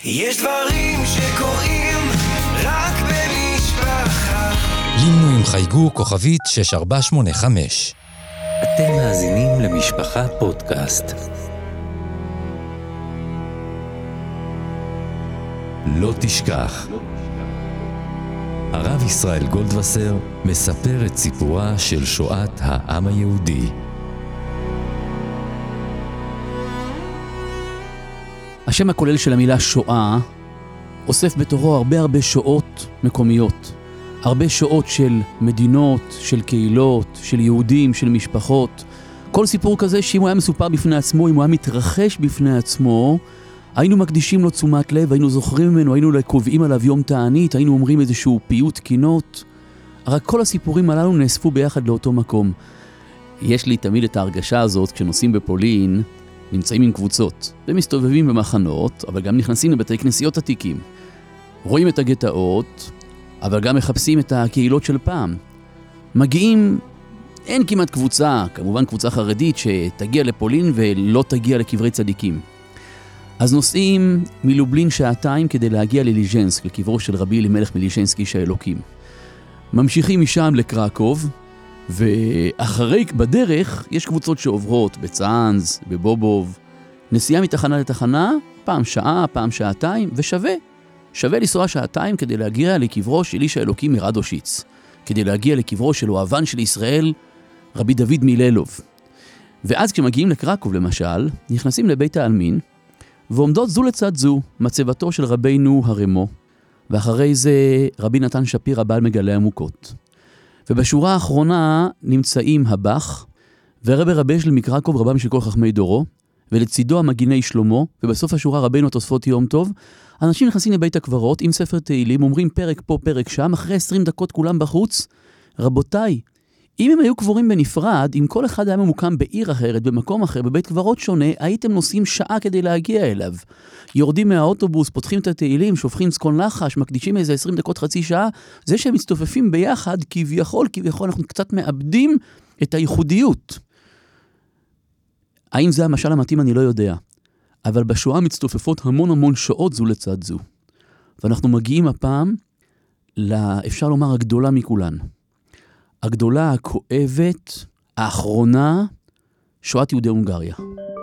יש דברים שקורים רק במשפחה. לינו עם חייגו כוכבית 6485. אתם מאזינים למשפחה פודקאסט. לא תשכח. הרב ישראל גולדווסר מספר את סיפורה של שואת העם היהודי. השם הכולל של המילה שואה אוסף בתורו הרבה שואות מקומיות. הרבה שואות של מדינות, של קהילות, של יהודים, של משפחות. כל סיפור כזה שאם הוא היה מסופר בפני עצמו, אם הוא היה מתרחש בפני עצמו, היינו מקדישים לו תשומת לב, היינו זוכרים ממנו, היינו קובעים עליו יום תענית, היינו אומרים איזשהו פיוט קינות. רק כל הסיפורים הללו נאספו ביחד לאותו מקום. יש לי תמיד את ההרגשה הזאת כשנוסעים בפולין, נמצאים עם קבוצות, ומסתובבים במחנות, אבל גם נכנסים לבתי כנסיות עתיקים. רואים את הגטאות, אבל גם מחפשים את הקהילות של פעם. מגיעים, אין כמעט קבוצה, כמובן קבוצה חרדית, שתגיע לפולין ולא תגיע לקברי צדיקים. אז נוסעים מלובלין שעתיים כדי להגיע לליז'נסק, לקברו של רבי אלימלך מליז'נסק איש האלוקים. ממשיכים משם לקרקוב, ואחרי, בדרך, יש קבוצות שעוברות בצאנז, בבובוב, נסיעה מתחנה לתחנה, פעם שעה, פעם שעתיים, שווה לנסוע שעתיים כדי להגיע לקברו של איש האלוקים מרדושיץ, כדי להגיע לקברו של אוהבן של ישראל, רבי דוד מיללוב. ואז כשמגיעים לקרקוב למשל, נכנסים לבית העלמין, ועומדות זו לצד זו, מצבתו של רבינו הרמו, ואחרי זה רבי נתן שפיר בעל מגלי עמוקות. ובשורה האחרונה נמצאים הבח, ורבי של מקרקוב רבם של כל חכמי דורו, ולצידו המגיני שלמה, ובסוף השורה רבינו התוספות יום טוב. אנשים נכנסים לבית הקברות עם ספר תהילים, אומרים פרק פה פרק שם, אחרי 20 דקות כולם בחוץ. רבותיי, אם הם היו קבורים בנפרד, אם כל אחד היה ממוקם בעיר אחרת, במקום אחר, בבית קברות שונה, הייתם נוסעים שעה כדי להגיע אליו. יורדים מהאוטובוס, פותחים את התהילים, שופכים צקון לחש, מקדישים איזה 20 דקות חצי שעה. זה שהם מצטופפים ביחד, כביכול אנחנו קצת מאבדים את הייחודיות. האם זה המשל המתאים אני לא יודע. אבל בשואה מצטופפות המון שעות זו לצד זו. ואנחנו מגיעים הפעם, אפשר לומר, הגדולה מכולן. הגדולה, הכואבת, האחרונה, שואת יהודי הונגריה.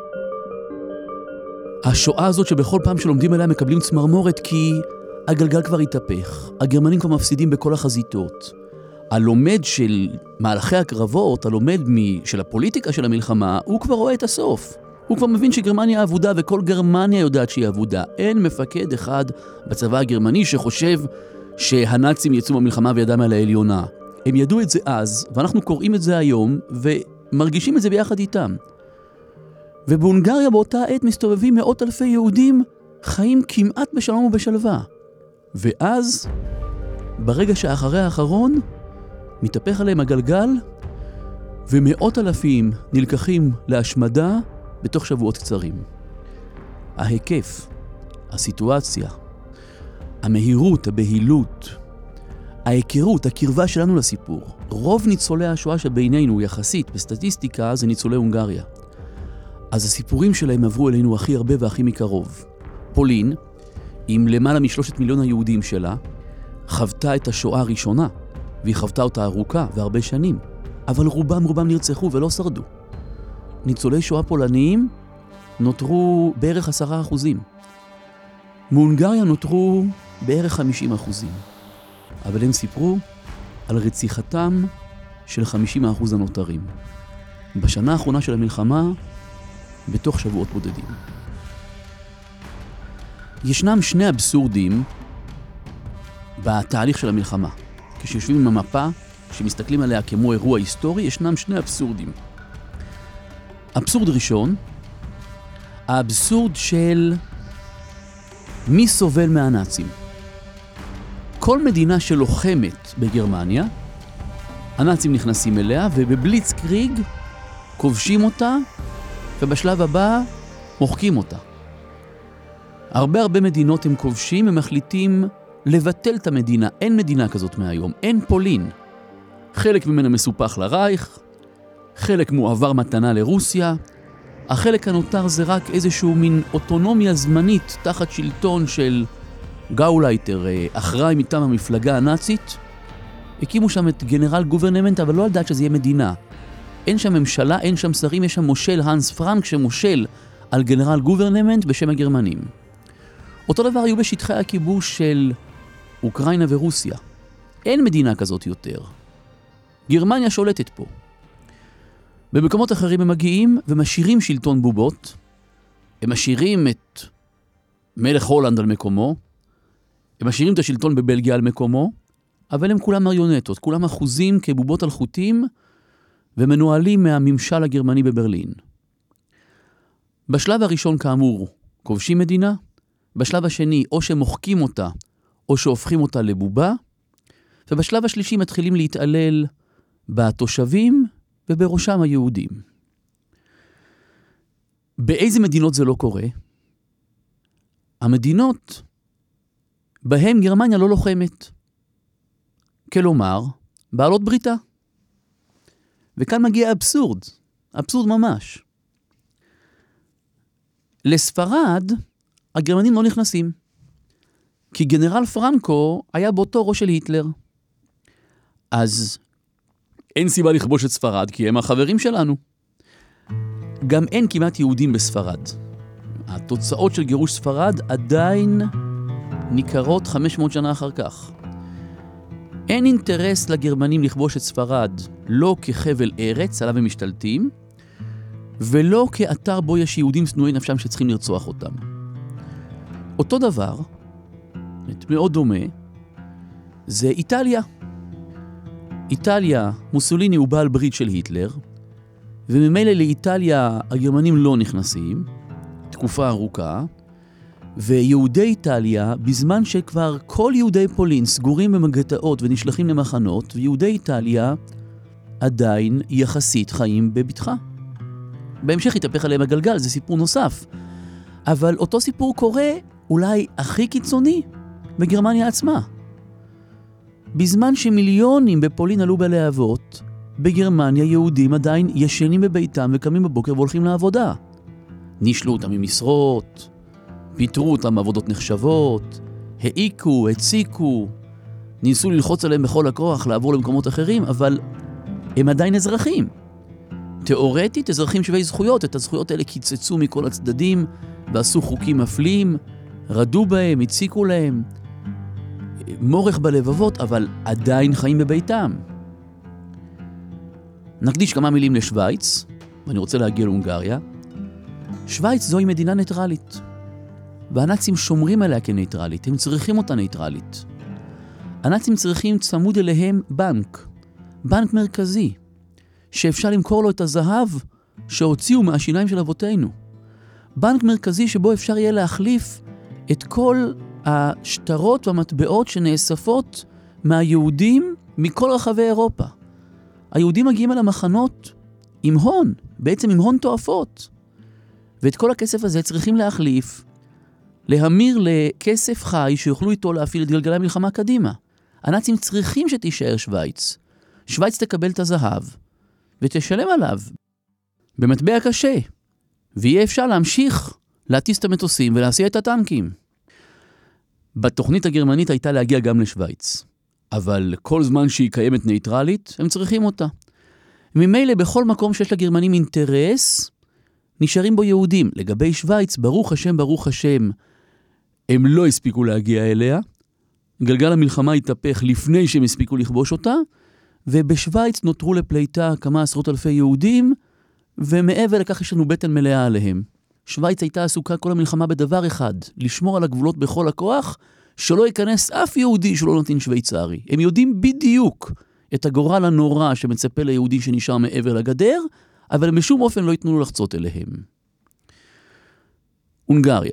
השואה הזאת שבכל פעם שלומדים עליה מקבלים צמרמורת כי הגלגל כבר התהפך. הגרמנים כבר מפסידים בכל החזיתות. הלומד של מהלכי הקרבות, הלומד של הפוליטיקה של המלחמה, הוא כבר רואה את הסוף. הוא כבר מבין שגרמניה אבודה וכל גרמניה יודעת שהיא אבודה. אין מפקד אחד בצבא הגרמני שחושב שהנאצים יצאו במלחמה וידם על העליונה. הם ידעו את זה אז, ואנחנו קוראים את זה היום, ומרגישים את זה ביחד איתם. ובהונגריה באותה עת מסתובבים מאות אלפי יהודים, חיים כמעט בשלום ובשלווה. ואז, ברגע שאחרי האחרון, מתהפך עליהם הגלגל, ומאות אלפים נלקחים להשמדה בתוך שבועות קצרים. ההיקף, הסיטואציה, המהירות, הבהילות, ההיכרות, הקרבה שלנו לסיפור. רוב ניצולי השואה שבינינו יחסית בסטטיסטיקה זה ניצולי הונגריה. אז הסיפורים שלהם עברו אלינו הכי הרבה והכי מקרוב. פולין, עם למעלה מ3 מיליון היהודים שלה, חוותה את השואה הראשונה, והיא חוותה אותה ארוכה והרבה שנים. אבל רובם נרצחו ולא שרדו. ניצולי שואה פולניים נותרו בערך 10%. מהונגריה נותרו בערך 50%. אבל הם סיפרו על רציחתם של 50% הנותרים. בשנה האחרונה של המלחמה, בתוך שבועות בודדים. ישנם 2 אבסורדים בתהליך של המלחמה. כשיושבים עם המפה, שמסתכלים עליה כמו אירוע היסטורי, ישנם 2 אבסורדים. אבסורד ראשון, האבסורד של מי סובל מהנאצים. כל מדינה שלוחמת בגרמניה, הנאצים נכנסים אליה, ובבליצקריג כובשים אותה, ובשלב הבא מוחקים אותה. הרבה מדינות הם כובשים, הם מחליטים לבטל את המדינה. אין מדינה כזאת מהיום, אין פולין. חלק ממנה מסופח לרייך, חלק מועבר מתנה לרוסיה, החלק הנותר זה רק איזשהו מין אוטונומיה זמנית תחת שלטון של גאולייטר, אחראי מטעם המפלגה הנאצית. הקימו שם את גנרל גוברנמנט, אבל לא על דעת שזה יהיה מדינה. אין שם ממשלה, אין שם שרים, יש שם מושל הנס פרנק שמושל על גנרל גוברנמנט בשם הגרמנים. אותו דבר היו בשטחי הכיבוש של אוקראינה ורוסיה. אין מדינה כזאת יותר. גרמניה שולטת פה. במקומות אחרים הם מגיעים ומשאירים שלטון בובות. הם משאירים את מלך הולנד על מקומו. הם משאירים את השלטון בבלגיה על מקומו. אבל הם כולם מריונטות, כולם אחוזים כבובות על חוטים ומנוהלים מהממשל הגרמני בברלין. בשלב הראשון כאמור כובשים מדינה. בשלב השני או שמוחקים אותה או שהופכים אותה לבובה. ובשלב השלישי מתחילים להתעלל בתושבים ובראשם היהודים. באיזה מדינות זה לא קורה? המדינות בהן גרמניה לא לוחמת. כלומר, בעלות בריתה. וכאן מגיע אבסורד, אבסורד ממש. לספרד, הגרמנים לא נכנסים. כי גנרל פרנקו היה באותו ראש של היטלר. אז אין סיבה לכבוש את ספרד, כי הם החברים שלנו. גם אין כמעט יהודים בספרד. התוצאות של גירוש ספרד עדיין ניכרות 500 שנה אחר כך. אין אינטרס לגרמנים לכבוש את ספרד, לא כחבל ארץ, עליו הם משתלטים, ולא כאתר בו יש יהודים שנואי נפשם שצריכים לרצוח אותם. אותו דבר, מאוד דומה, זה איטליה. איטליה, מוסוליני הוא בעל ברית של היטלר, וממילא לאיטליה הגרמנים לא נכנסים, תקופה ארוכה, ויהודי איטליה, בזמן שכבר כל יהודי פולין סגורים במגטאות ונשלחים למחנות, ויהודי איטליה עדיין יחסית חיים בביטחה. בהמשך יתהפך עליהם הגלגל, זה סיפור נוסף. אבל אותו סיפור קורה אולי הכי קיצוני בגרמניה עצמה. בזמן שמיליונים בפולין עלו בלהבות, בגרמניה יהודים עדיין ישנים בביתם וקמים בבוקר והולכים לעבודה. נשלו אותם ממשרות, פיטרו אותם עבודות נחשבות, העיקו, הציקו, ניסו ללחוץ עליהם בכל הכוח לעבור למקומות אחרים, אבל הם עדיין אזרחים. תיאורטית, אזרחים שווי זכויות, את הזכויות האלה קיצצו מכל הצדדים, ועשו חוקים מפלים, רדו בהם, הציקו להם, מורך בלבבות, אבל עדיין חיים בביתם. נקדיש כמה מילים לשוויץ, ואני רוצה להגיע להונגריה. שוויץ זוהי מדינה ניטרלית, והנאצים שומרים עליה כניטרלית, הם צריכים אותה ניטרלית. הנאצים צריכים צמוד אליהם בנק מרכזי, שאפשר למכור לו את הזהב שהוציאו מהשיניים של אבותינו. בנק מרכזי שבו אפשר יהיה להחליף את כל השטרות והמטבעות שנאספות מהיהודים מכל רחבי אירופה. היהודים מגיעים אל המחנות עם הון, בעצם עם הון תועפות. ואת כל הכסף הזה צריכים להחליף, להמיר לכסף חי שיוכלו איתו להפעיל את גלגלי המלחמה קדימה. הנאצים צריכים שתישאר שוויץ. שוויץ תקבל את הזהב ותשלם עליו במטבע קשה. ויהיה אפשר להמשיך להטיס את המטוסים ולהסיע את הטנקים. בתוכנית הגרמנית הייתה להגיע גם לשוויץ. אבל כל זמן שהיא קיימת ניטרלית, הם צריכים אותה. ממילא בכל מקום שיש לגרמנים אינטרס, נשארים בו יהודים. לגבי שוויץ, ברוך השם, הם לא הספיקו להגיע אליה. גלגל המלחמה התהפך לפני שהם הספיקו לכבוש אותה, ובשוויץ נותרו לפליטה כמה עשרות אלפי יהודים, ומעבר לכך יש לנו בטן מלאה עליהם. שוויץ הייתה עסוקה כל המלחמה בדבר אחד, לשמור על הגבולות בכל הכוח, שלא ייכנס אף יהודי שלא נותן שוויצרי. הם יודעים בדיוק את הגורל הנורא שמצפה ליהודי שנשאר מעבר לגדר, אבל בשום אופן לא ייתנו לו לחצות אליהם. הונגריה.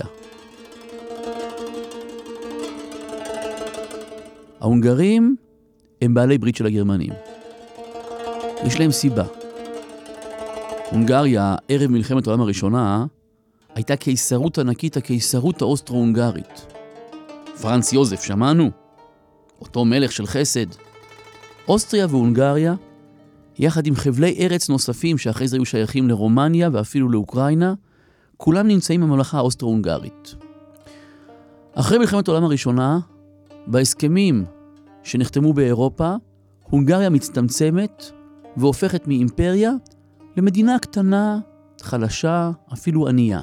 ההונגרים הם בעלי ברית של הגרמנים. יש להם סיבה. הונגריה, ערב מלחמת העולם הראשונה, הייתה קיסרות ענקית, הקיסרות האוסטרו-הונגרית. פרנץ יוזף, שמענו? אותו מלך של חסד. אוסטריה והונגריה יחד עם חבלי ארץ נוספים שאחרי זה היו שייכים לרומניה ואפילו לאוקראינה, כולם נמצאים בממלכה האוסטרו-הונגרית. אחרי מלחמת העולם הראשונה, בהסכמים שנחתמו באירופה, הונגריה מצטמצמת והופכת מאימפריה למדינה קטנה, חלשה, אפילו ענייה.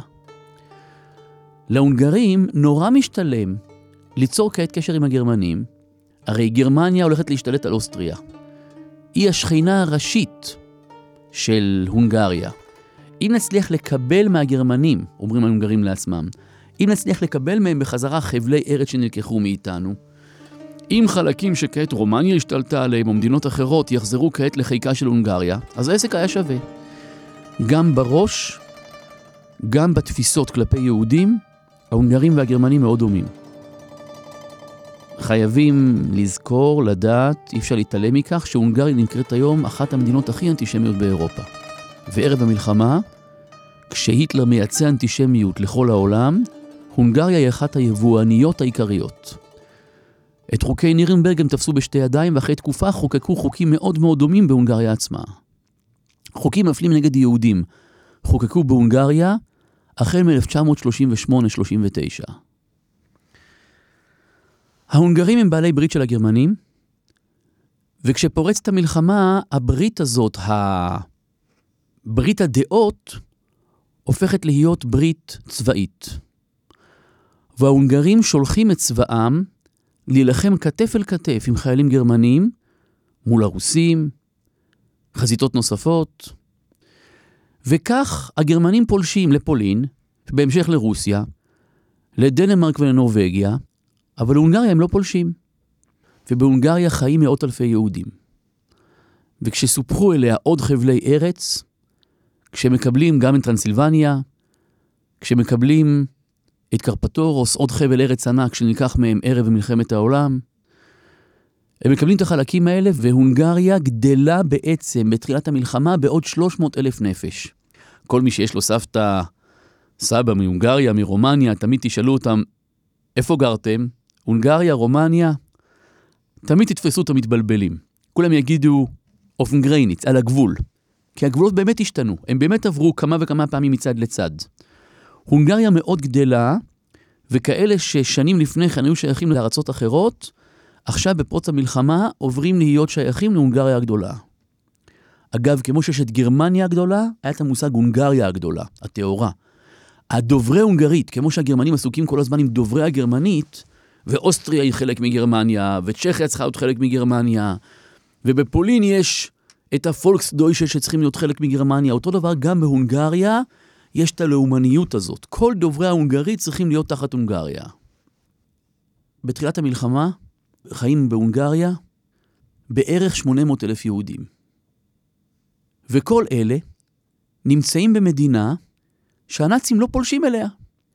להונגרים נורא משתלם ליצור כעת קשר עם הגרמנים, הרי גרמניה הולכת להשתלט על אוסטריה. היא השכנה הראשית של הונגריה. אם נצליח לקבל מהגרמנים, אומרים ההונגרים לעצמם, אם נצליח לקבל מהם בחזרה חבלי ארץ שנלקחו מאיתנו, אם חלקים שכעת רומניה השתלטה עליהם או מדינות אחרות יחזרו כעת לחיקה של הונגריה, אז העסק היה שווה. גם בראש, גם בתפיסות כלפי יהודים, ההונגרים והגרמנים מאוד דומים. חייבים לזכור, לדעת, אי אפשר להתעלם מכך שהונגריה נקראת היום אחת המדינות הכי אנטישמיות באירופה. וערב המלחמה, כשהיטלר מייצא אנטישמיות לכל העולם, הונגריה היא אחת היבואניות העיקריות. את חוקי נירנברג הם תפסו בשתי ידיים, ואחרי תקופה חוקקו חוקים מאוד מאוד דומים בהונגריה עצמה. חוקים מפלים נגד יהודים חוקקו בהונגריה החל מ-1938-39. ההונגרים הם בעלי ברית של הגרמנים, וכשפורצת המלחמה, הברית הזאת, ברית הדעות, הופכת להיות ברית צבאית. וההונגרים שולחים את צבאם להילחם כתף אל כתף עם חיילים גרמנים, מול הרוסים, חזיתות נוספות, וכך הגרמנים פולשים לפולין, בהמשך לרוסיה, לדנמרק ולנורווגיה, אבל בהונגריה הם לא פולשים. ובהונגריה חיים מאות אלפי יהודים. וכשסופחו אליה עוד חבלי ארץ, כשמקבלים גם את טרנסילבניה, כשמקבלים את קרפטורוס, עוד חבל ארץ ענק שנלקח מהם ערב מלחמת העולם, הם מקבלים את החלקים האלה, והונגריה גדלה בעצם בתחילת המלחמה בעוד 300,000 נפש. כל מי שיש לו סבתא, סבא מהונגריה, מרומניה, תמיד תשאלו אותם, איפה גרתם? הונגריה, רומניה? תמיד תתפסו את המתבלבלים. כולם יגידו, אופנגרייניץ, על הגבול. כי הגבולות באמת השתנו. הם באמת עברו כמה וכמה פעמים מצד לצד. הונגריה מאוד גדלה, וכאלה ששנים לפני כן היו שייכים לארצות אחרות, עכשיו בפרוץ המלחמה עוברים להיות שייכים להונגריה הגדולה. אגב, כמו שיש את גרמניה הגדולה, היה את המושג הונגריה הגדולה, התיאורה. הדוברי הונגרית, כמו שהגרמנים עסוקים כל הזמן עם דוברי הגרמנית, ואוסטריה היא חלק מגרמניה, וצ'כיה צריכה להיות חלק מגרמניה, ובפולין יש את הפולקסדוישה שצריכים להיות חלק מגרמניה. אותו דבר גם בהונגריה יש את הלאומניות הזאת. כל דוברי ההונגרית צריכים להיות תחת הונגריה. בתחילת המלחמה חיים בהונגריה בערך 800,000 יהודים. וכל אלה נמצאים במדינה שהנאצים לא פולשים אליה.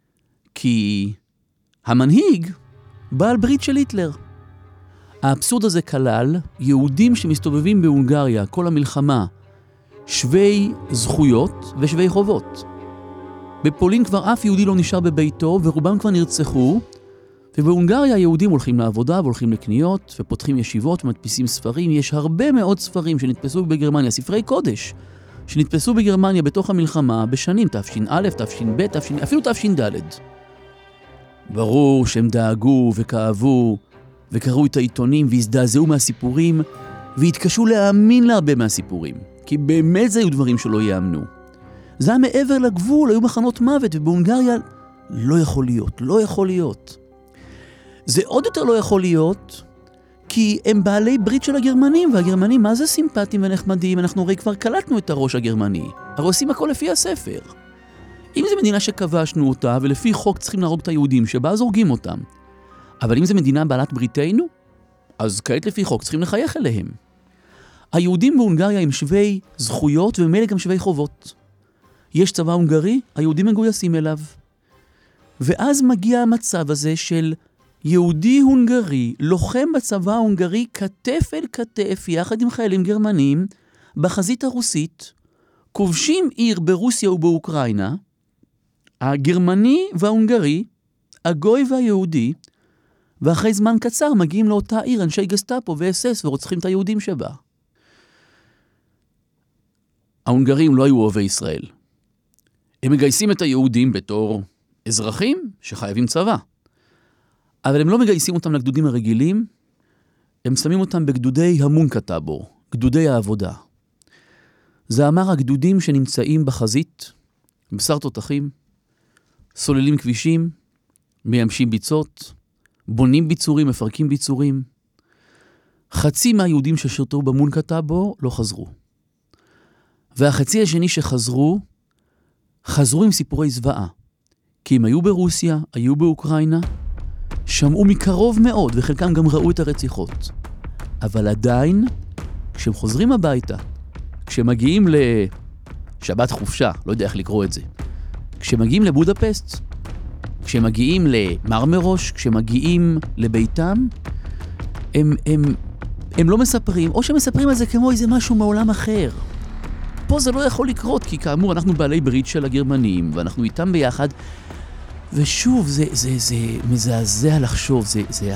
כי המנהיג בעל ברית של היטלר. האבסורד הזה כלל יהודים שמסתובבים בהונגריה כל המלחמה שווי זכויות ושווי חובות. בפולין כבר אף יהודי לא נשאר בביתו ורובם כבר נרצחו, ובהונגריה היהודים הולכים לעבודה והולכים לקניות ופותחים ישיבות ומדפיסים ספרים. יש הרבה מאוד ספרים שנתפסו בגרמניה, ספרי קודש, שנתפסו בגרמניה בתוך המלחמה בשנים תש"א, תש"ב, אפילו תש"ד. ברור שהם דאגו וכאבו וקראו את העיתונים והזדעזעו מהסיפורים והתקשו להאמין להרבה מהסיפורים, כי באמת זה היו דברים שלא יאמנו. זה היה מעבר לגבול, היו מחנות מוות, ובהונגריה לא יכול להיות, לא יכול להיות. זה עוד יותר לא יכול להיות, כי הם בעלי ברית של הגרמנים, והגרמנים מה זה סימפטיים ונחמדים, אנחנו הרי כבר קלטנו את הראש הגרמני, הרי עושים הכל לפי הספר. אם זו מדינה שכבשנו אותה, ולפי חוק צריכים להרוג את היהודים שבה, אז הורגים אותם. אבל אם זו מדינה בעלת בריתנו, אז כעת לפי חוק צריכים לחייך אליהם. היהודים בהונגריה הם שווי זכויות, וממילא גם שווי חובות. יש צבא הונגרי, היהודים מגויסים אליו. ואז מגיע המצב הזה של יהודי הונגרי, לוחם בצבא ההונגרי כתף אל כתף, יחד עם חיילים גרמנים, בחזית הרוסית, כובשים עיר ברוסיה ובאוקראינה, הגרמני וההונגרי, הגוי והיהודי, ואחרי זמן קצר מגיעים לאותה עיר אנשי גסטאפו ואס-אס ורוצחים את היהודים שבה. ההונגרים לא היו אוהבי ישראל. הם מגייסים את היהודים בתור אזרחים שחייבים צבא. אבל הם לא מגייסים אותם לגדודים הרגילים, הם שמים אותם בגדודי המונקטאבור, גדודי העבודה. זה אמר הגדודים שנמצאים בחזית, בשר תותחים, סוללים כבישים, מיימשים ביצות, בונים ביצורים, מפרקים ביצורים. חצי מהיהודים ששירתו במונקטאבור לא חזרו. והחצי השני שחזרו, חזרו עם סיפורי זוועה. כי הם היו ברוסיה, היו באוקראינה, שמעו מקרוב מאוד, וחלקם גם ראו את הרציחות. אבל עדיין, כשהם חוזרים הביתה, כשהם מגיעים לשבת חופשה, לא יודע איך לקרוא את זה, כשהם מגיעים לבודפסט, כשהם מגיעים למרמרוש, כשהם מגיעים לביתם, הם לא מספרים, או שמספרים על זה כמו איזה משהו מעולם אחר. פה זה לא יכול לקרות, כי כאמור אנחנו בעלי ברית של הגרמנים, ואנחנו איתם ביחד, ושוב, זה מזעזע לחשוב, זה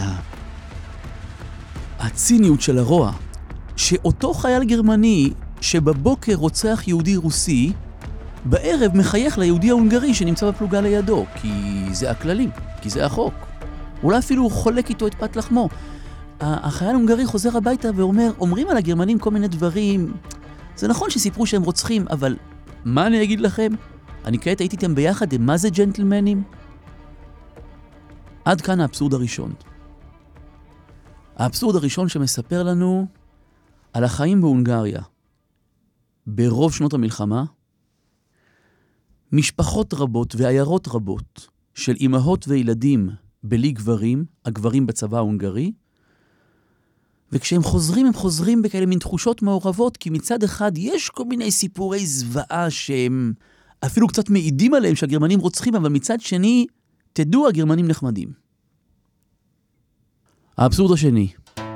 הציניות של הרוע, שאותו חייל גרמני שבבוקר רוצח יהודי רוסי, בערב מחייך ליהודי ההונגרי שנמצא בפלוגה לידו, כי זה הכללים, כי זה החוק. אולי אפילו הוא חולק איתו את פת לחמו. החייל ההונגרי חוזר הביתה ואומר, אומרים על הגרמנים כל מיני דברים, זה נכון שסיפרו שהם רוצחים, אבל מה אני אגיד לכם? אני כעת הייתי איתם ביחד, מה זה ג'נטלמנים? עד כאן האבסורד הראשון. האבסורד הראשון שמספר לנו על החיים בהונגריה. ברוב שנות המלחמה, משפחות רבות ועיירות רבות של אמהות וילדים בלי גברים, הגברים בצבא ההונגרי, וכשהם חוזרים, הם חוזרים בכאלה מין תחושות מעורבות, כי מצד אחד יש כל מיני סיפורי זוועה שהם אפילו קצת מעידים עליהם שהגרמנים רוצחים, אבל מצד שני, תדעו, הגרמנים נחמדים. האבסורד השני,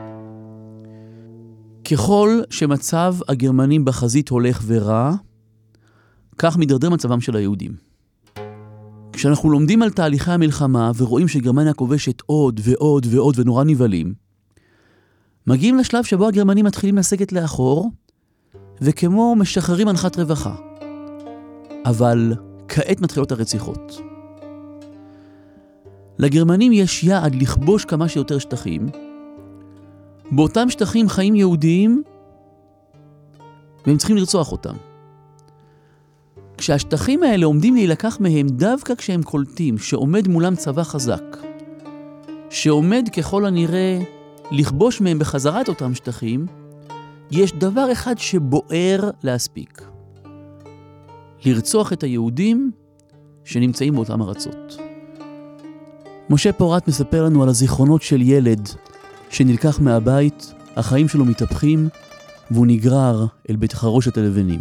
ככל שמצב הגרמנים בחזית הולך ורע, כך מדרדר מצבם של היהודים. כשאנחנו לומדים על תהליכי המלחמה ורואים שגרמניה כובשת עוד ועוד ועוד ונורא נבלים, מגיעים לשלב שבו הגרמנים מתחילים לסגת לאחור, וכמו משחררים הנחת רווחה. אבל כעת מתחילות הרציחות. לגרמנים יש יעד לכבוש כמה שיותר שטחים. באותם שטחים חיים יהודיים, והם צריכים לרצוח אותם. כשהשטחים האלה עומדים להילקח מהם דווקא כשהם קולטים שעומד מולם צבא חזק, שעומד ככל הנראה לכבוש מהם בחזרה את אותם שטחים, יש דבר אחד שבוער להספיק. לרצוח את היהודים שנמצאים באותם ארצות. משה פורת מספר לנו על הזיכרונות של ילד שנלקח מהבית, החיים שלו מתהפכים, והוא נגרר אל בית חרושת הלבנים.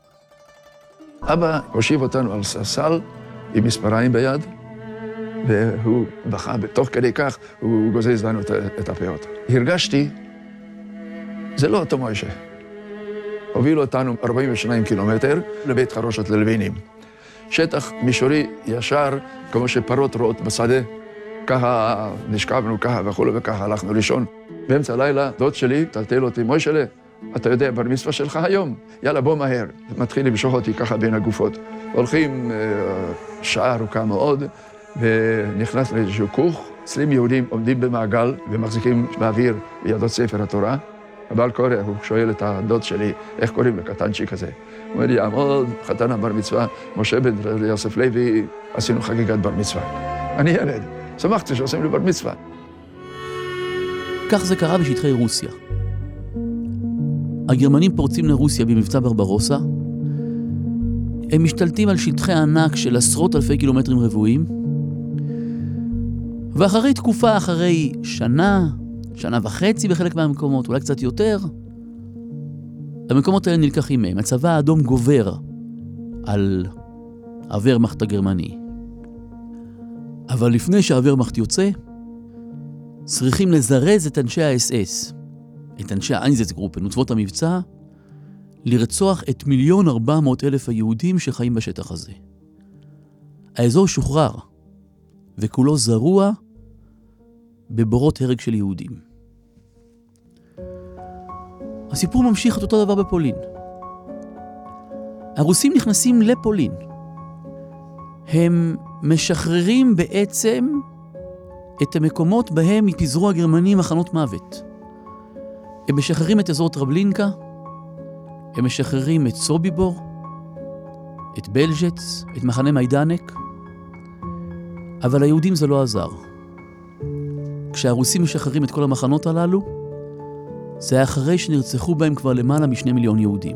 אבא הושיב אותנו על ספסל עם מספריים ביד, והוא בכה, בתוך כדי כך הוא גוזז לנו את הפאות. הרגשתי, זה לא אותו מוישה. הובילו אותנו 42 קילומטר לבית חרושת ללבנים. שטח מישורי ישר, כמו שפרות רואות בשדה, ככה נשכבנו, ככה וכו' וככה הלכנו לישון. באמצע הלילה, דוד שלי טלטל אותי, מוישלה, אתה יודע, בר מצווה שלך היום, יאללה בוא מהר. מתחיל למשוך אותי ככה בין הגופות. הולכים שעה ארוכה מאוד, ונכנס לאיזשהו כוך, 20 יהודים עומדים במעגל ומחזיקים באוויר בידות ספר התורה. הבעל קורא, הוא שואל את הדוד שלי, איך קוראים לקטנצ'יק הזה? הוא אומר לי, עמוד, חתן הבר מצווה, משה בן יוסף לוי, עשינו חגיגת בר מצווה. אני ילד, שמחתי שעושים לי בר מצווה. כך זה קרה בשטחי רוסיה. הגרמנים פורצים לרוסיה במבצע ברברוסה, הם משתלטים על שטחי ענק של עשרות אלפי קילומטרים רבועים, ואחרי תקופה, אחרי שנה וחצי בחלק מהמקומות, אולי קצת יותר, המקומות האלה נלקחים מהם. הצבא האדום גובר על הוורמאכט הגרמני. אבל לפני שהוורמאכט יוצא, צריכים לזרז את אנשי ה-SS, את אנשי האיינזצגרופן, וצוות המבצע, לרצוח את 1,400,000 היהודים שחיים בשטח הזה. האזור שוחרר, וכולו זרוע בבורות הרג של יהודים. הסיפור ממשיך את אותו דבר בפולין. הרוסים נכנסים לפולין. הם משחררים בעצם את המקומות בהם פיזרו הגרמנים מחנות מוות. הם משחררים את אזור טרבלינקה, הם משחררים את סוביבור, את בלז'ץ, את מחנה מיידנק, אבל היהודים זה לא עזר. כשהרוסים משחררים את כל המחנות הללו, זה היה אחרי שנרצחו בהם כבר למעלה מ2 מיליון יהודים.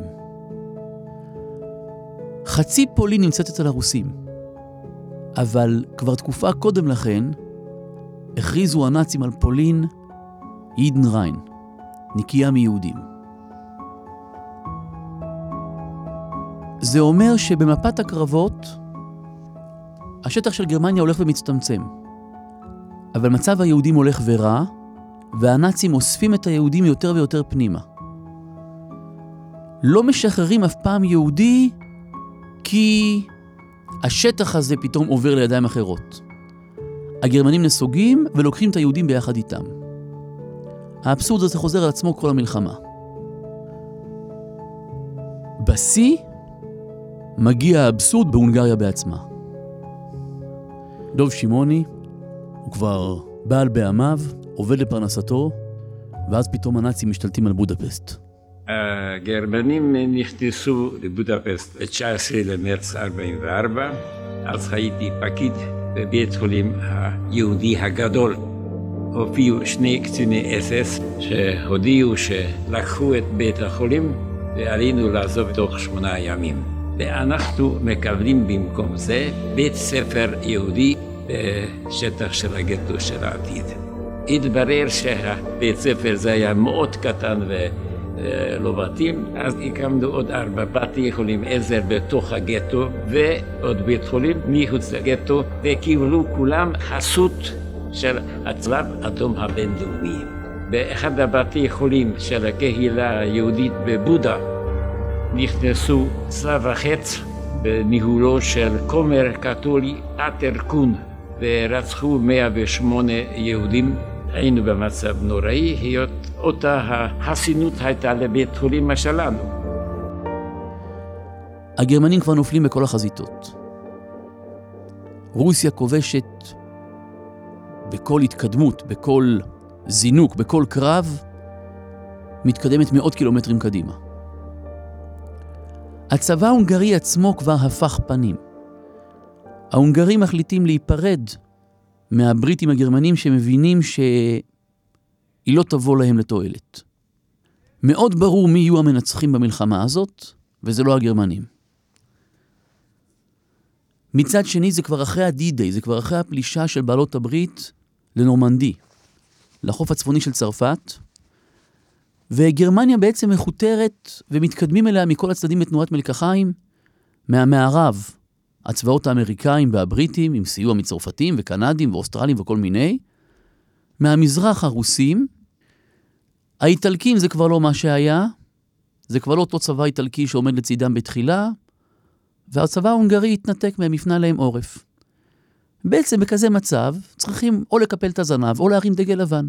חצי פולין נמצאת אצל הרוסים, אבל כבר תקופה קודם לכן הכריזו הנאצים על פולין יידן ריין, נקייה מיהודים. זה אומר שבמפת הקרבות השטח של גרמניה הולך ומצטמצם, אבל מצב היהודים הולך ורע, והנאצים אוספים את היהודים יותר ויותר פנימה. לא משחררים אף פעם יהודי, כי השטח הזה פתאום עובר לידיים אחרות. הגרמנים נסוגים ולוקחים את היהודים ביחד איתם. האבסורד הזה חוזר על עצמו כל המלחמה. בשיא מגיע האבסורד בהונגריה בעצמה. דוב שמעוני הוא כבר בעל בעמיו, עובד לפרנסתו, ואז פתאום הנאצים משתלטים על בודפסט. הגרמנים נכנסו לבודפסט ב-19 למרץ 44, אז הייתי פקיד בבית חולים היהודי הגדול. הופיעו 2 קציני אס-אס שהודיעו שלקחו את בית החולים ועלינו לעזוב תוך 8 ימים. ואנחנו מקבלים במקום זה בית ספר יהודי בשטח של הגטו של העתיד. התברר שהבית ספר זה היה מאוד קטן ולא בתים, אז הקמנו עוד 4 בתי חולים עזר בתוך הגטו ועוד בית חולים מחוץ לגטו, וקיבלו כולם חסות של הצלב אדום הבינלאומי. באחד הבתי חולים של הקהילה היהודית בבודה נכנסו צלב החץ בניהולו של כומר קתולי אטרקון, ורצחו 108 יהודים. היינו במצב נוראי, היות אותה החסינות הייתה לבית חולים שלנו. הגרמנים כבר נופלים בכל החזיתות. רוסיה כובשת בכל התקדמות, בכל זינוק, בכל קרב, מתקדמת 100 קילומטרים קדימה. הצבא ההונגרי עצמו כבר הפך פנים. ההונגרים מחליטים להיפרד מהבריטים הגרמנים שמבינים שהיא לא תבוא להם לתועלת. מאוד ברור מי יהיו המנצחים במלחמה הזאת, וזה לא הגרמנים. מצד שני זה כבר אחרי הדי-דיי, זה כבר אחרי הפלישה של בעלות הברית לנורמנדי, לחוף הצפוני של צרפת, וגרמניה בעצם מחותרת ומתקדמים אליה מכל הצדדים לתנועת מלקחיים, מהמערב, הצבאות האמריקאים והבריטים, עם סיוע מצרפתים וקנדים ואוסטרלים וכל מיני, מהמזרח הרוסים, האיטלקים זה כבר לא מה שהיה, זה כבר לא אותו צבא איטלקי שעומד לצידם בתחילה, והצבא ההונגרי התנתק מהם, הפנה להם עורף. בעצם בכזה מצב צריכים או לקפל את הזנב או להרים דגל לבן.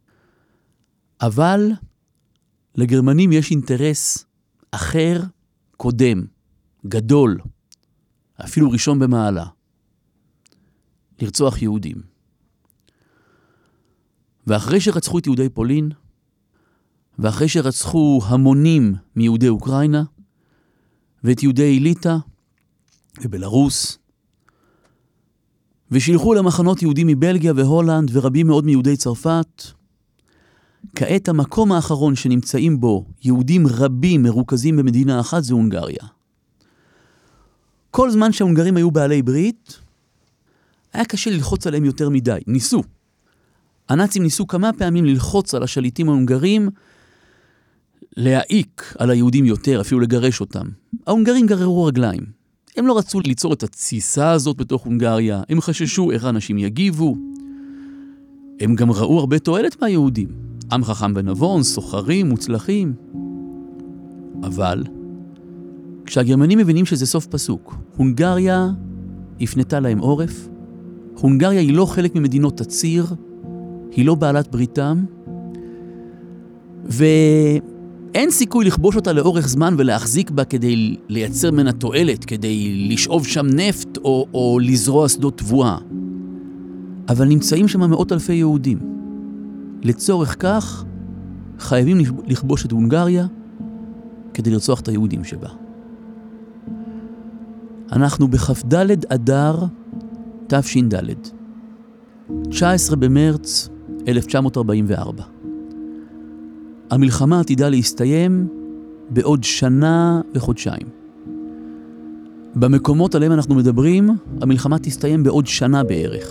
אבל לגרמנים יש אינטרס אחר, קודם, גדול, אפילו ראשון במעלה. לרצוח יהודים. ואחרי שרצחו את יהודי פולין, ואחרי שרצחו המונים מיהודי אוקראינה, ואת יהודי ליטא ובלרוס, ושילחו למחנות יהודים מבלגיה והולנד ורבים מאוד מיהודי צרפת, כעת המקום האחרון שנמצאים בו יהודים רבים מרוכזים במדינה אחת זה הונגריה. כל זמן שההונגרים היו בעלי ברית, היה קשה ללחוץ עליהם יותר מדי. ניסו. הנאצים ניסו כמה פעמים ללחוץ על השליטים ההונגרים, להעיק על היהודים יותר, אפילו לגרש אותם. ההונגרים גררו רגליים. הם לא רצו ליצור את התסיסה הזאת בתוך הונגריה. הם חששו איך האנשים יגיבו. הם גם ראו הרבה תועלת מהיהודים. עם חכם ונבון, סוחרים, מוצלחים. אבל כשהגרמנים מבינים שזה סוף פסוק, הונגריה הפנתה להם עורף, הונגריה היא לא חלק ממדינות הציר, היא לא בעלת בריתם, והם אין סיכוי לכבוש אותה לאורך זמן ולהחזיק בה כדי לייצר ממנה תועלת, כדי לשאוב שם נפט או לזרוע שדות תבואה. אבל נמצאים שם מאות אלפי יהודים. לצורך כך, חייבים לכבוש את הונגריה כדי לרצוח את היהודים שבה. אנחנו בכ"ד אדר תש"ד, 19 במרץ 1944. המלחמה עתידה להסתיים בעוד שנה וחודשיים. במקומות עליהם אנחנו מדברים, המלחמה תסתיים בעוד שנה בערך.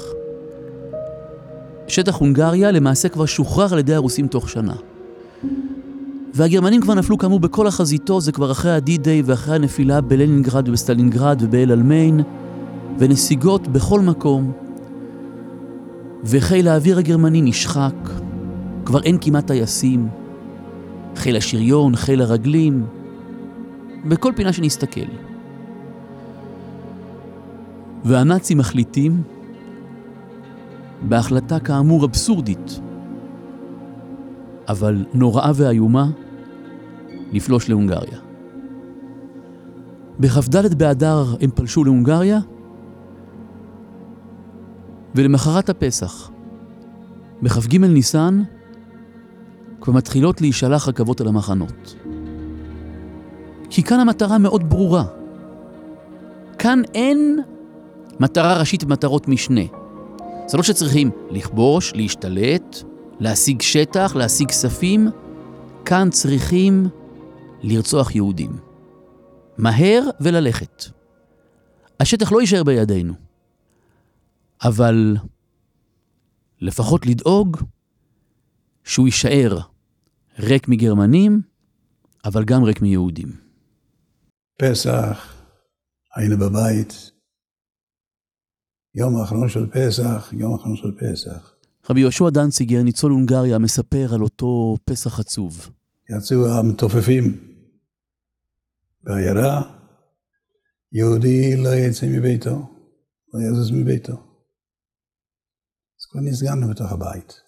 שטח הונגריה למעשה כבר שוחרר על ידי הרוסים תוך שנה. והגרמנים כבר נפלו כאמור בכל החזיתות, זה כבר אחרי הדי-דיי ואחרי הנפילה בלנינגרד ובסטלינגרד ובאל אלמיין, ונסיגות בכל מקום. וחיל האוויר הגרמני נשחק, כבר אין כמעט טייסים, חיל השריון, חיל הרגלים, בכל פינה שנסתכל. והנאצים מחליטים, בהחלטה כאמור אבסורדית, אבל נוראה ואיומה, לפלוש להונגריה. בכ"ד באדר הם פלשו להונגריה, ולמחרת הפסח, בכ"ג ניסן, כבר מתחילות להישלח רכבות על המחנות. כי כאן המטרה מאוד ברורה. כאן אין מטרה ראשית ומטרות משנה. זה לא שצריכים לכבוש, להשתלט, להשיג שטח, להשיג כספים. כאן צריכים לרצוח יהודים. מהר וללכת. השטח לא יישאר בידינו. אבל לפחות לדאוג שהוא יישאר ריק מגרמנים, אבל גם ריק מיהודים. פסח, היינו בבית. יום האחרון של פסח, יום האחרון של פסח. רבי יהושע דנציגר, ניצול הונגריה, מספר על אותו פסח עצוב. יצאו המתופפים בעיירה, יהודי לא יצא מביתו, לא יזוז מביתו. אז כבר נסגרנו בתוך הבית.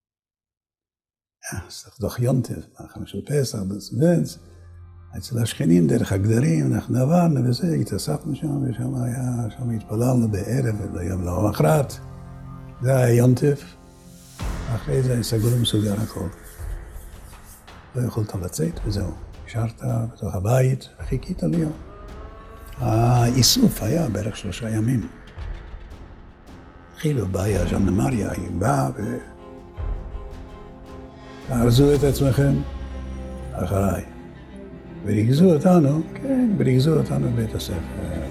אז תחדוך יונטב, האחרון של פסח, בסבנץ, אצל השכנים דרך הגדרים, אנחנו עברנו וזה, התאספנו שם, ושם היה, שם התפללנו בערב, וליום למחרת. זה היה יונטף, אחרי זה היה סגור ומסוגר הכל. לא יכולת לצאת וזהו. נשארת בתוך הבית וחיכית ליום. האיסוף היה בערך 3 ימים. התחילו בעיה ז'נדרמריה, היא באה ו... תארזו את עצמכם אחריי. וריגזו אותנו, כן, וריגזו אותנו בבית הספר.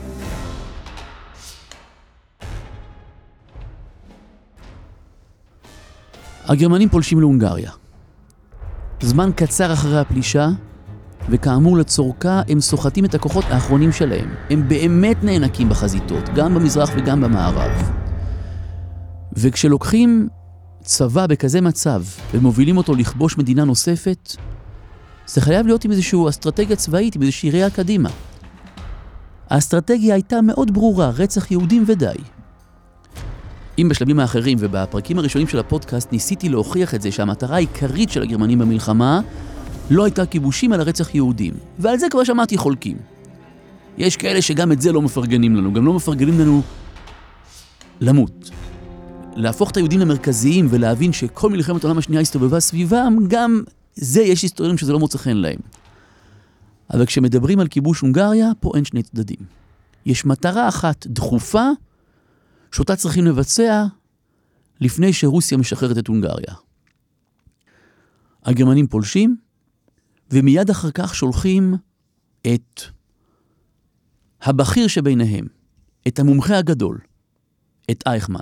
הגרמנים פולשים להונגריה. זמן קצר אחרי הפלישה, וכאמור לצורכה הם סוחטים את הכוחות האחרונים שלהם. הם באמת נאנקים בחזיתות, גם במזרח וגם במערב. וכשלוקחים צבא בכזה מצב ומובילים אותו לכבוש מדינה נוספת, זה חייב להיות עם איזושהי אסטרטגיה צבאית, עם איזושהי ראייה קדימה. האסטרטגיה הייתה מאוד ברורה, רצח יהודים ודי. אם בשלבים האחרים ובפרקים הראשונים של הפודקאסט ניסיתי להוכיח את זה שהמטרה העיקרית של הגרמנים במלחמה לא הייתה כיבושים אלא רצח יהודים. ועל זה כבר שמעתי חולקים. יש כאלה שגם את זה לא מפרגנים לנו, גם לא מפרגנים לנו למות. להפוך את היהודים למרכזיים ולהבין שכל מלחמת העולם השנייה הסתובבה סביבם, גם זה יש היסטוריונים שזה לא מוצא חן להם. אבל כשמדברים על כיבוש הונגריה, פה אין שני צדדים. יש מטרה אחת דחופה, שאותה צריכים לבצע לפני שרוסיה משחררת את הונגריה. הגרמנים פולשים, ומיד אחר כך שולחים את הבכיר שביניהם, את המומחה הגדול, את אייכמן.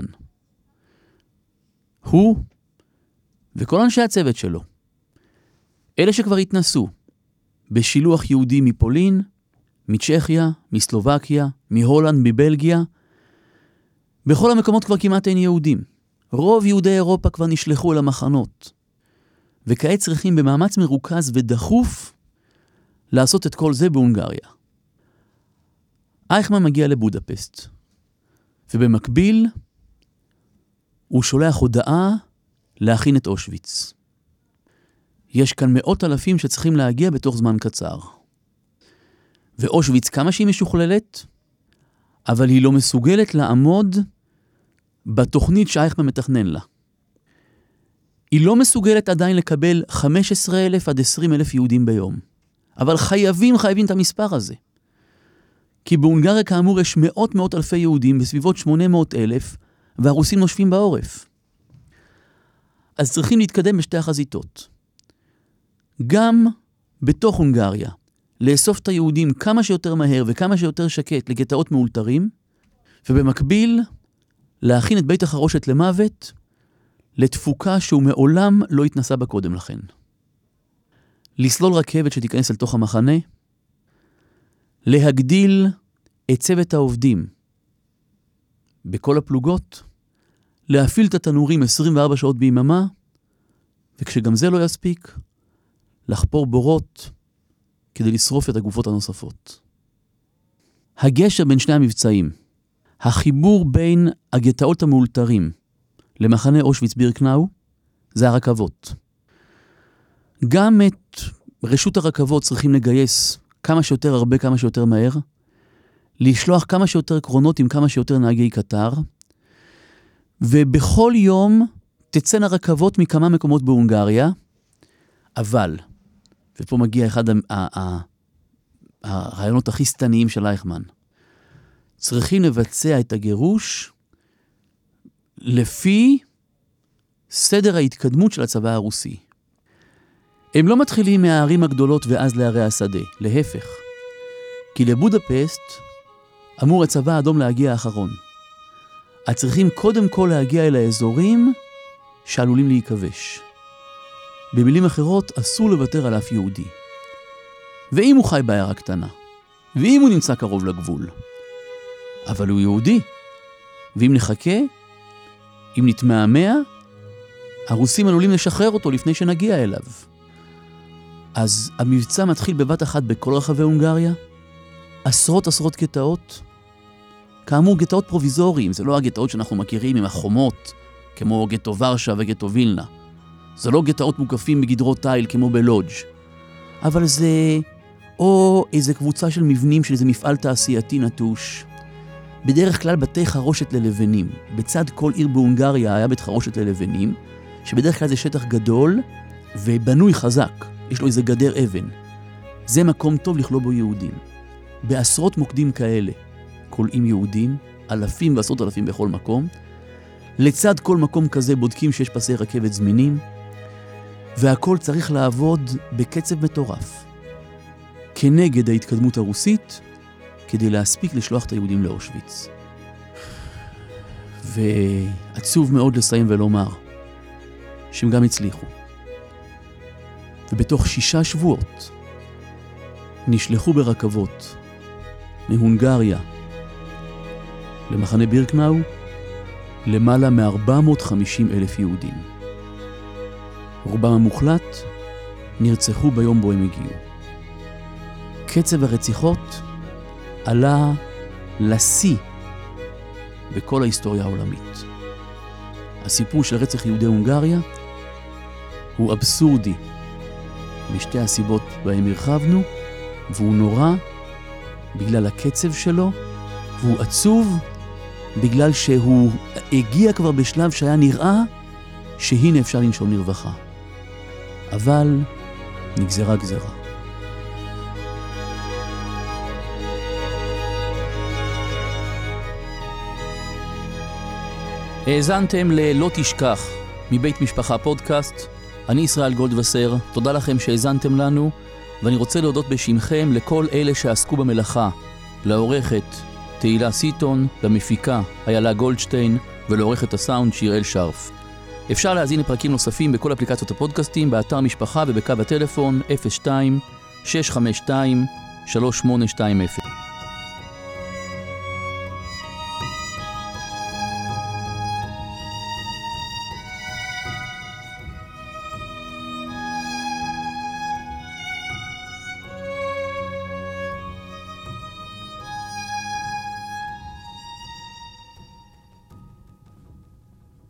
הוא וכל אנשי הצוות שלו, אלה שכבר התנסו בשילוח יהודים מפולין, מצ'כיה, מסלובקיה, מהולנד, מבלגיה, בכל המקומות כבר כמעט אין יהודים. רוב יהודי אירופה כבר נשלחו אל המחנות. וכעת צריכים במאמץ מרוכז ודחוף לעשות את כל זה בהונגריה. אייכמן מגיע לבודפסט. ובמקביל הוא שולח הודעה להכין את אושוויץ. יש כאן מאות אלפים שצריכים להגיע בתוך זמן קצר. ואושוויץ, כמה שהיא משוכללת, אבל היא לא מסוגלת לעמוד בתוכנית שאייכמן מתכנן לה. היא לא מסוגלת עדיין לקבל 15,000 עד 20,000 יהודים ביום. אבל חייבים את המספר הזה. כי בהונגריה כאמור יש מאות אלפי יהודים בסביבות 800,000, והרוסים נושפים בעורף. אז צריכים להתקדם בשתי החזיתות. גם בתוך הונגריה, לאסוף את היהודים כמה שיותר מהר וכמה שיותר שקט לגטאות מאולתרים, ובמקביל להכין את בית החרושת למוות לתפוקה שהוא מעולם לא התנסה בה קודם לכן. לסלול רכבת שתיכנס אל תוך המחנה, להגדיל את צוות העובדים בכל הפלוגות, להפעיל את התנורים 24 שעות ביממה, וכשגם זה לא יספיק, לחפור בורות כדי לשרוף את הגופות הנוספות. הגשר בין שני המבצעים, החיבור בין הגטאות המאולתרים למחנה אושוויץ בירקנאו, זה הרכבות. גם את רשות הרכבות צריכים לגייס כמה שיותר הרבה, כמה שיותר מהר, לשלוח כמה שיותר קרונות עם כמה שיותר נהגי קטר, ובכל יום תצאנה רכבות מכמה מקומות בהונגריה, אבל, ופה מגיע אחד הרעיונות הכי סתניים של אייכמן, צריכים לבצע את הגירוש לפי סדר ההתקדמות של הצבא הרוסי. הם לא מתחילים מהערים הגדולות ואז לערי השדה, להפך. כי לבודפסט אמור הצבא האדום להגיע האחרון. אז צריכים קודם כל להגיע אל האזורים שעלולים להיכבש. במילים אחרות, אסור לוותר על אף יהודי. ואם הוא חי בעיירה קטנה, ואם הוא נמצא קרוב לגבול, אבל הוא יהודי, ואם נחכה, אם נתמהמה, הרוסים עלולים לשחרר אותו לפני שנגיע אליו. אז המבצע מתחיל בבת אחת בכל רחבי הונגריה, עשרות גטאות, כאמור גטאות פרוביזוריים, זה לא הגטאות שאנחנו מכירים עם החומות, כמו גטו ורשה וגטו וילנה. זה לא גטאות מוקפים בגדרות תיל כמו בלודג', אבל זה או איזה קבוצה של מבנים של איזה מפעל תעשייתי נטוש. בדרך כלל בתי חרושת ללבנים. בצד כל עיר בהונגריה היה בית חרושת ללבנים, שבדרך כלל זה שטח גדול ובנוי חזק. יש לו איזה גדר אבן. זה מקום טוב לכלוא בו יהודים. בעשרות מוקדים כאלה, כולאים יהודים, אלפים ועשרות אלפים בכל מקום. לצד כל מקום כזה בודקים שיש פסי רכבת זמינים, והכל צריך לעבוד בקצב מטורף, כנגד ההתקדמות הרוסית, כדי להספיק לשלוח את היהודים לאושוויץ. ועצוב מאוד לסיים ולומר שהם גם הצליחו. ובתוך 6 שבועות נשלחו ברכבות מהונגריה למחנה בירקנאו למעלה מ-450,000 יהודים. רובם המוחלט נרצחו ביום בו הם הגיעו. קצב הרציחות עלה לשיא בכל ההיסטוריה העולמית. הסיפור של רצח יהודי הונגריה הוא אבסורדי משתי הסיבות בהם הרחבנו, והוא נורא בגלל הקצב שלו, והוא עצוב בגלל שהוא הגיע כבר בשלב שהיה נראה שהנה אפשר לנשום לרווחה. אבל נגזרה גזרה. האזנתם ל"לא תשכח" מבית משפחה פודקאסט. אני ישראל גולדווסר, תודה לכם שהאזנתם לנו, ואני רוצה להודות בשמכם לכל אלה שעסקו במלאכה, לעורכת תהילה סיטון, למפיקה איילה גולדשטיין, ולעורכת הסאונד שיראל שרף. אפשר להזין לפרקים נוספים בכל אפליקציות הפודקאסטים, באתר משפחה ובקו הטלפון 02-652-3820.